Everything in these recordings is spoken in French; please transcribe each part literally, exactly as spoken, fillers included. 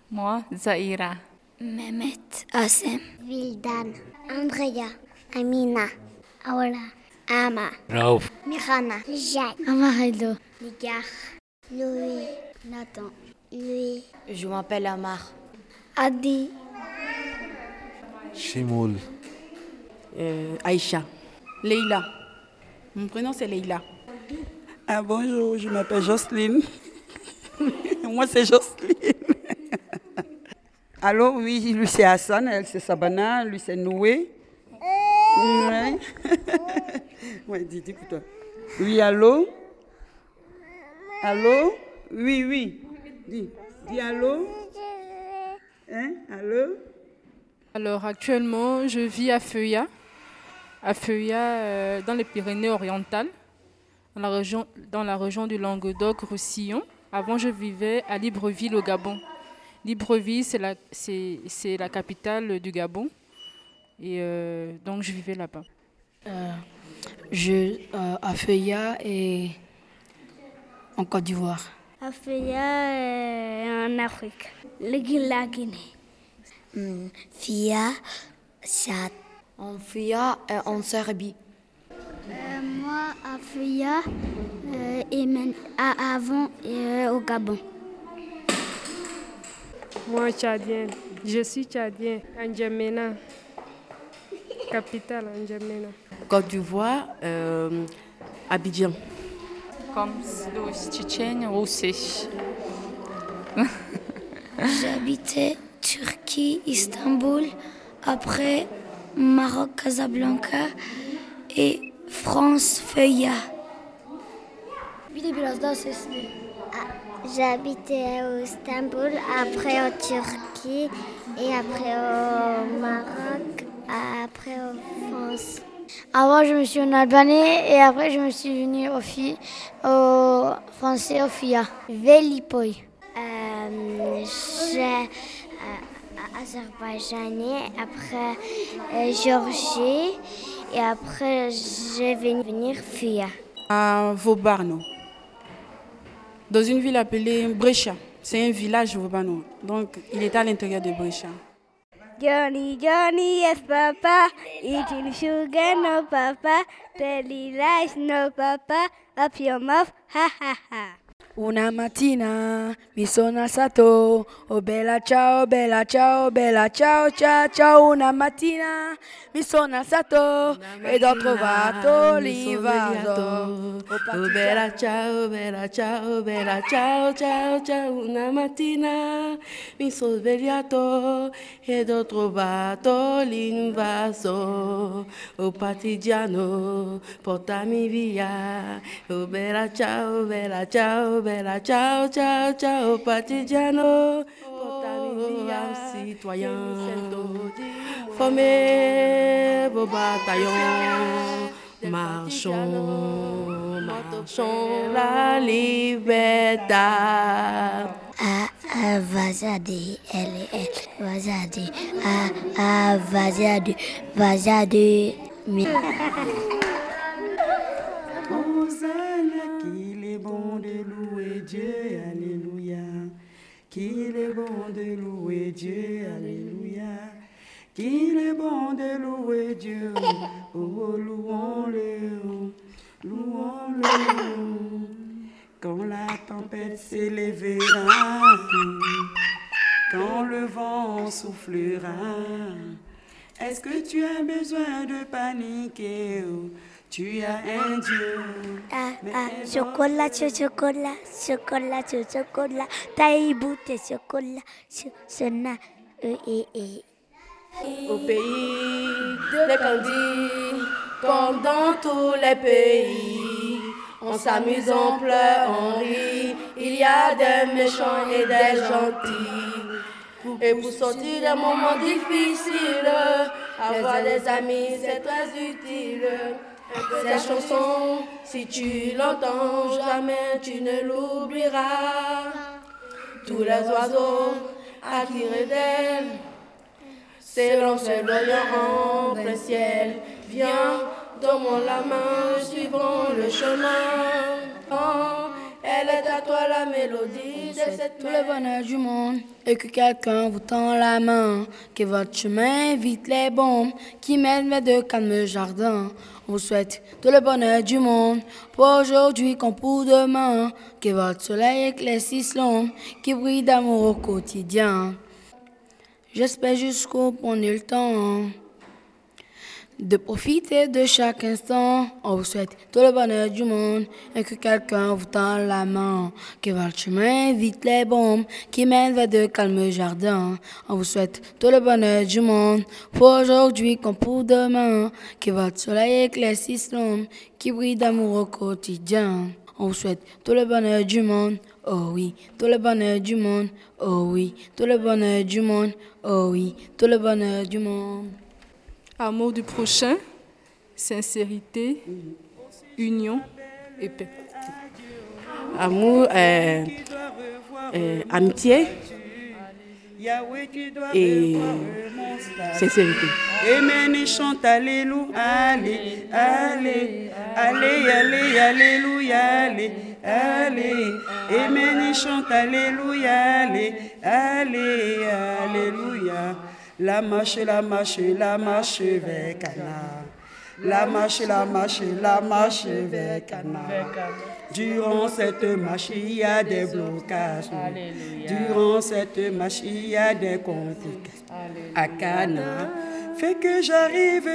Moi, Zaira. Mehmet, Asem, Vildan, Andrea, Amina, Aura, Ama, Raouf, Mirana, Jacques, Amarildo, Ligar, Louis, Nathan, Louis, Je m'appelle Amar. Adi, Chimoul. Euh, Aïcha. Leïla. Mon prénom c'est Leïla. Ah, bonjour, je m'appelle Jocelyne. Moi, c'est Jocelyne. Allô, oui, lui c'est Hassan, elle c'est Sabana, lui c'est Noé. Oui. Ouais, dis, dis pour toi. Oui, allô? Allô? Oui, oui. Dis, dis allô? Hein? Allô? Alors actuellement, je vis à Feuillat, à Feuillat, euh, dans les Pyrénées-Orientales, dans la région, dans la région du Languedoc-Roussillon. Avant, je vivais à Libreville, au Gabon. Libreville, c'est la, c'est, c'est la capitale du Gabon. Et euh, donc, je vivais là-bas. Euh, je euh, à Feuillat et en Côte d'Ivoire. à Feuillat et en Afrique, le Guinée, la Guinée. Hmm, Fia, Chad. En Fia et en Serbie. Euh, moi, à Feuillat euh, et men- à avant euh, au Gabon. Moi, tchadienne. Je suis tchadien, N'Djamena. Capitale, N'Djamena. Côte d'Ivoire, euh, Abidjan. Comme dos Tchétchènes, Russie. J'habitais Turquie, Istanbul, après Maroc, Casablanca et France, Feuillat. J'habitais au Istanbul, après en Turquie et après au Maroc, après en France. Avant, je me suis en Albanais et après, je me suis venue au, fi- au français, au F I A. Velipoy. Euh, j'ai euh, azerbaïdjanais, après euh, Géorgie et après, je vais venir F I A. À Vaubarno, dans une ville appelée Brescia. C'est un village Vaubarno, donc il est à l'intérieur de Brescia. Johnny, Johnny, yes, papa. Eating sugar, no, papa. Telly rice, no, papa. Up your mouth, ha, ha, ha. Una mattina mi sono alzato, oh bella ciao, bella ciao, bella ciao, ciao, ciao. Una mattina mi sono alzato ed ho trovato l'invaso. Oh bella ciao, bella ciao, bella ciao, ciao, ciao. Una mattina mi sono svegliato ed ho trovato l'invaso. Oh partigiano, portami via. Oh bella ciao, bella ciao, bella ciao, ciao, ciao, partigiano. Portami via, citoyen. Formez vos bataillons. Marchons, marchons la libertad. Ah, ah, Vazadi, elle, elle, Vazadi, ah, ah, Vazadi, Vazadi. Hosanna, qu'il est bon de louer Dieu, alléluia. Qu'il est bon de louer Dieu, alléluia. Qu'il est bon de louer Dieu, oh louons-le, louons-le. Quand la tempête s'élèvera, quand le vent soufflera, est-ce que tu as besoin de paniquer? Tu as un Dieu. Ah, ah, chocolat, cho- chocolat, chocolat, cho- chocolat, taïbou, te chocolat, cho- sona, e, e, e. Au pays des candis, comme dans tous les pays, on s'amuse, on pleure, on rit. Il y a des méchants et des gentils. Et pour sortir des moments difficiles, avoir des amis, c'est très utile. Cette chanson, si tu l'entends, jamais tu ne l'oublieras. Tous les oiseaux attirés d'elle, c'est l'ange d'Orient en plein ciel. Viens, donne-moi la main, suivons le chemin. Oh, quelle est à toi la mélodie de cette Tout le bonheur du monde et que quelqu'un vous tend la main, que votre chemin évite les bombes qui mènent vers de calmes jardins. On vous souhaite tout le bonheur du monde pour aujourd'hui comme pour demain, que votre soleil éclaircisse l'ombre qui brille d'amour au quotidien. J'espère jusqu'au bout qu'on ait le temps de profiter de chaque instant. On vous souhaite tout le bonheur du monde et que quelqu'un vous tend la main, que votre chemin évite les bombes qui mènent vers de calmes jardins. On vous souhaite tout le bonheur du monde pour aujourd'hui comme pour demain, que votre soleil éclaircisse l'ombre qui brille d'amour au quotidien. On vous souhaite tout le bonheur du monde, oh oui, tout le bonheur du monde, oh oui, tout le bonheur du monde, oh oui, tout le bonheur du monde. Amour du prochain, sincérité, union et paix. Amour, euh, euh, amitié et sincérité. Amen et chante Alléluia, allez, allez, allez, allez, Alléluia, allez, allez. Amen et chante Alléluia, allez, allez, Alléluia. La marche, la marche, la marche vers Cana. La marche, la marche, la marche vers Cana. Durant cette marche, il y a des blocages. Durant cette marche, il y a des complications. À Cana, fais que j'arrive.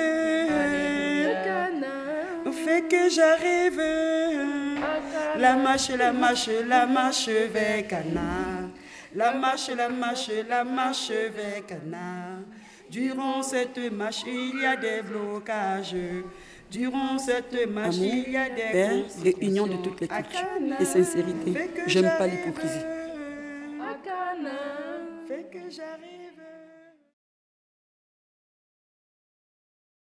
Fais que j'arrive. La marche, la marche, la marche vers Cana. La marche, la marche, la marche vers Cana. Durant cette marche, il y a des blocages. Durant cette marche, il y a des paix et union de toutes les cultures et sincérité. J'aime pas l'hypocrisie. Fais que j'arrive.